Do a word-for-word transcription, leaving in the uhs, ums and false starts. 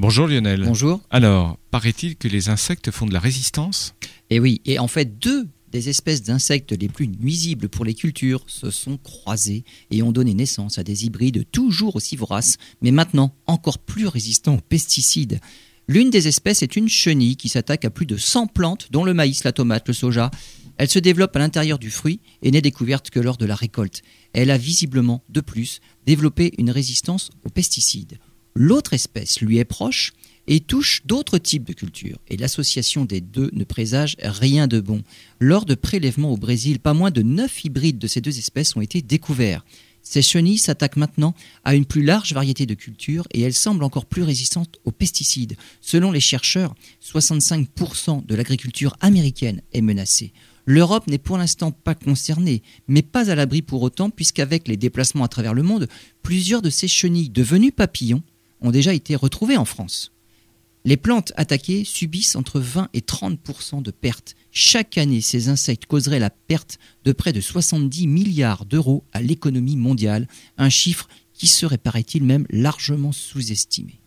Bonjour Lionel. Bonjour. Alors, paraît-il que les insectes font de la résistance ? Et oui, et en fait, deux des espèces d'insectes les plus nuisibles pour les cultures se sont croisées et ont donné naissance à des hybrides toujours aussi voraces, mais maintenant encore plus résistants aux pesticides. L'une des espèces est une chenille qui s'attaque à plus de cent plantes, dont le maïs, la tomate, le soja. Elle se développe à l'intérieur du fruit et n'est découverte que lors de la récolte. Elle a visiblement, de plus, développé une résistance aux pesticides. L'autre espèce lui est proche et touche d'autres types de cultures. Et l'association des deux ne présage rien de bon. Lors de prélèvements au Brésil, pas moins de neuf hybrides de ces deux espèces ont été découverts. Ces chenilles s'attaquent maintenant à une plus large variété de cultures et elles semblent encore plus résistantes aux pesticides. Selon les chercheurs, soixante-cinq pour cent de l'agriculture américaine est menacée. L'Europe n'est pour l'instant pas concernée, mais pas à l'abri pour autant, puisqu'avec les déplacements à travers le monde, plusieurs de ces chenilles devenues papillons ont déjà été retrouvées en France. Les plantes attaquées subissent entre vingt et trente pour cent de pertes. Chaque année, ces insectes causeraient la perte de près de soixante-dix milliards d'euros à l'économie mondiale, un chiffre qui serait, paraît-il, même largement sous-estimé.